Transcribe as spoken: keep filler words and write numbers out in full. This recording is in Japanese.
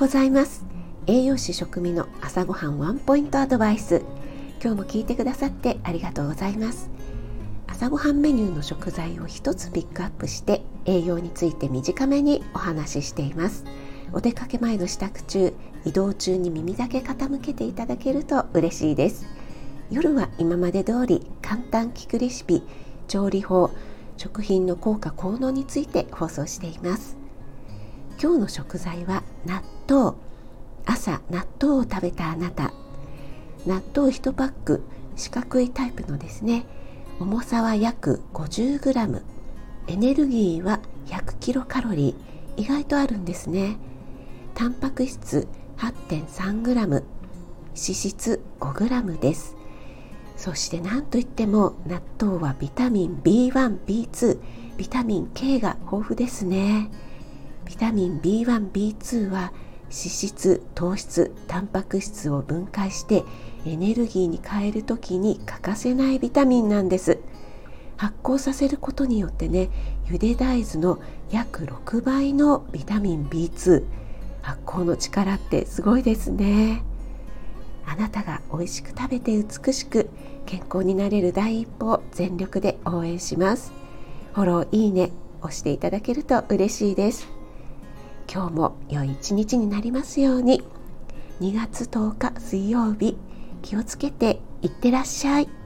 ございます。栄養士食味の朝ごはんワンポイントアドバイス。今日も聞いてくださってありがとうございます。朝ごはんメニューの食材を一つピックアップして栄養について短めにお話ししています。お出かけ前の支度中、移動中に耳だけ傾けていただけると嬉しいです。夜は今まで通り簡単聞くレシピ、調理法、食品の効果効能について放送しています。今日の食材は納豆。朝納豆を食べたあなた。納豆いちパック、四角いタイプのですね。重さは約 ごじゅうグラム、エネルギーはひゃくキロカロリー、意外とあるんですね。タンパク質 はってんさんグラム、脂質 ごグラム です。そして何といっても納豆はビタミン ビーワン、ビーツー、ビタミン K が豊富ですね。ビタミン ビーワン、ビーツー は脂質、糖質、タンパク質を分解してエネルギーに変えるときに欠かせないビタミンなんです。発酵させることによってね、ゆで大豆の約ろくばいのビタミン ビーツー、発酵の力ってすごいですね。あなたが美味しく食べて美しく健康になれる第一歩を全力で応援します。フォロー、いいね押していただけると嬉しいです。今日も良い一日になりますように。にがつとおか水曜日、気をつけていってらっしゃい。